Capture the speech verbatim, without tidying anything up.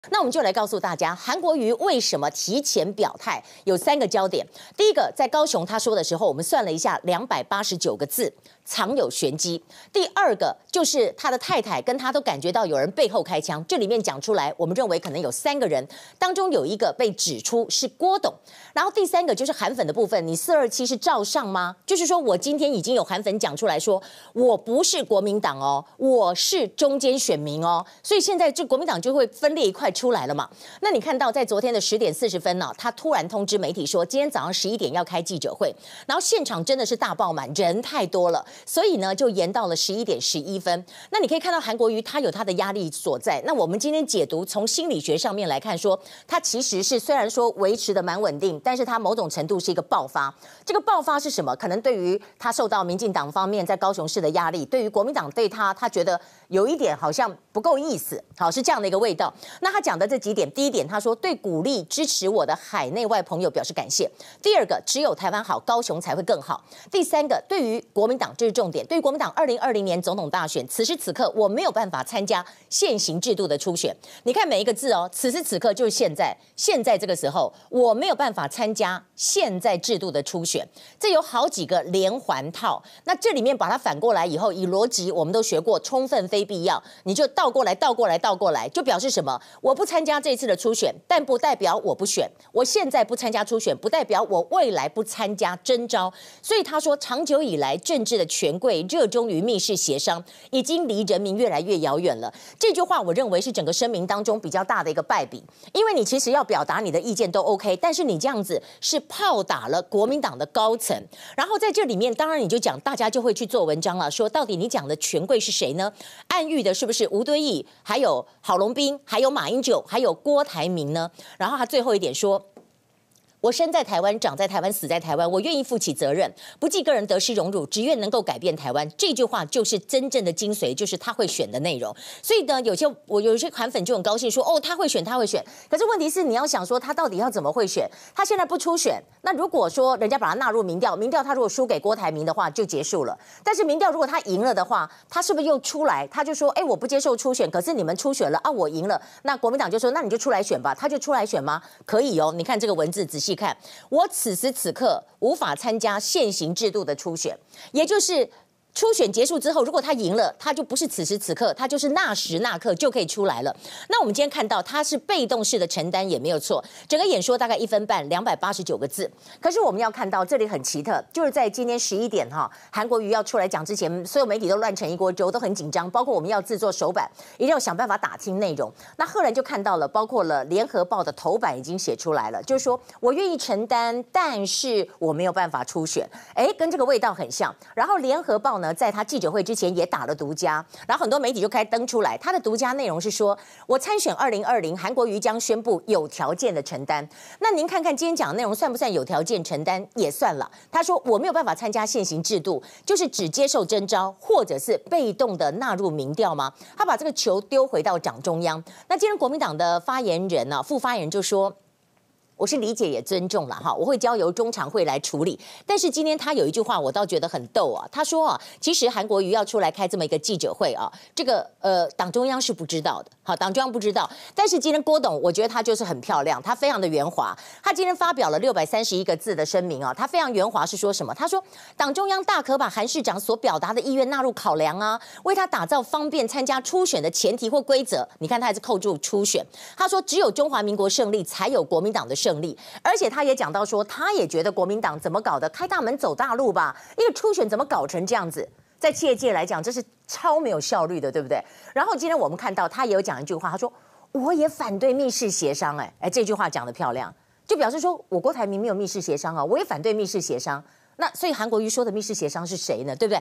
那我们就来告诉大家，韩国瑜为什么提前表态，有三个焦点。第一个，在高雄他说的时候，我们算了一下，两百八十九个字，藏有玄机。第二个，就是他的太太跟他都感觉到有人背后开枪，这里面讲出来，我们认为可能有三个人，当中有一个被指出是郭董。然后第三个就是韩粉的部分，你四二七是照上吗？就是说我今天已经有韩粉讲出来说，我不是国民党哦，我是中间选民哦，所以现在这国民党就会分裂一块出来了嘛。那你看到在昨天的十点四十分呢、啊，他突然通知媒体说，今天早上十一点要开记者会，然后现场真的是大爆满，人太多了，所以呢就延到了十一点十一分。那你可以看到韩国瑜他有他的压力所在。那我们今天解读从心理学上面来看说，他其实是虽然说维持的蛮稳定，但是他某种程度是一个爆发。这个爆发是什么？可能对于他受到民进党方面在高雄市的压力，对于国民党对他，他觉得有一点好像不够意思，好是这样的一个味道。那他讲的这几点，第一点他说对鼓励支持我的海内外朋友表示感谢。第二个，只有台湾好，高雄才会更好。第三个，对于国民党这是重点，对于国民党二零二零年总统大选，此时此刻我没有办法参加现行制度的初选。你看每一个字哦，此时此刻就是现在，现在这个时候我没有办法参加现在制度的初选，这有好几个连环套。那这里面把它反过来以后，以逻辑我们都学过，充分非必要，你就倒过来，倒过来，倒过来，就表示什么？我不参加这次的初选，但不代表我不选。我现在不参加初选，不代表我未来不参加征召。所以他说，长久以来政治的权贵热衷于密室协商，已经离人民越来越遥远了。这句话我认为是整个声明当中比较大的一个败笔，因为你其实要表达你的意见都 OK， 但是你这样子是炮打了国民党的高层。然后在这里面，当然你就讲，大家就会去做文章了，说到底你讲的权贵是谁呢？暗喻的是不是吴敦义，还有郝龙斌，还有马英九，还有郭台铭呢？然后他最后一点说，我生在台湾，长在台湾，死在台湾，我愿意负起责任，不计个人得失荣辱，只愿能够改变台湾。这句话就是真正的精髓，就是他会选的内容。所以呢，有些我有些韩粉就很高兴说，哦，他会选，他会选。可是问题是，你要想说他到底要怎么会选？他现在不出选，那如果说人家把他纳入民调，民调他如果输给郭台铭的话，就结束了。但是民调如果他赢了的话，他是不是又出来？他就说，哎，我不接受初选，可是你们初选了啊，我赢了。那国民党就说，那你就出来选吧。他就出来选吗？可以哦。你看这个文字仔细看，我此时此刻无法参加现行制度的初选，也就是初选结束之后，如果他赢了，他就不是此时此刻，他就是那时那刻就可以出来了。那我们今天看到他是被动式的承担也没有错，整个演说大概一分半，两百八十九个字。可是我们要看到这里很奇特，就是在今天十一点哈，韩国瑜要出来讲之前，所有媒体都乱成一锅粥，都很紧张，包括我们要制作手板，一定要想办法打听内容。那赫然就看到了，包括了联合报的头版已经写出来了，就是说我愿意承担，但是我没有办法初选，哎，跟这个味道很像。然后联合报呢，在他记者会之前也打了独家，然后很多媒体就开始登出来。他的独家内容是说，我参选二零二零，韩国瑜将宣布有条件的承担。那您看看今天讲的内容算不算有条件承担？也算了。他说我没有办法参加现行制度，就是只接受征召，或者是被动的纳入民调吗？他把这个球丢回到党中央。那今天国民党的发言人呢、啊，副发言人就说，我是理解也尊重了哈，我会交由中常会来处理。但是今天他有一句话，我倒觉得很逗啊。他说啊，其实韩国瑜要出来开这么一个记者会啊，这个呃党中央是不知道的，好，党中央不知道。但是今天郭董，我觉得他就是很漂亮，他非常的圆滑。他今天发表了六百三十一个字的声明啊，他非常圆滑，是说什么？他说党中央大可把韩市长所表达的意愿纳入考量啊，为他打造方便参加初选的前提或规则。你看他还是扣住初选。他说只有中华民国胜利，才有国民党的胜利。而且他也讲到说，他也觉得国民党怎么搞的，开大门走大路吧，一个初选怎么搞成这样子？在企业界来讲，这是超没有效率的，对不对？然后今天我们看到他也有讲一句话，他说我也反对密室协商，哎哎，这句话讲得漂亮，就表示说我郭台铭没有密室协商啊，我也反对密室协商。那所以韩国瑜说的密室协商是谁呢？对不对？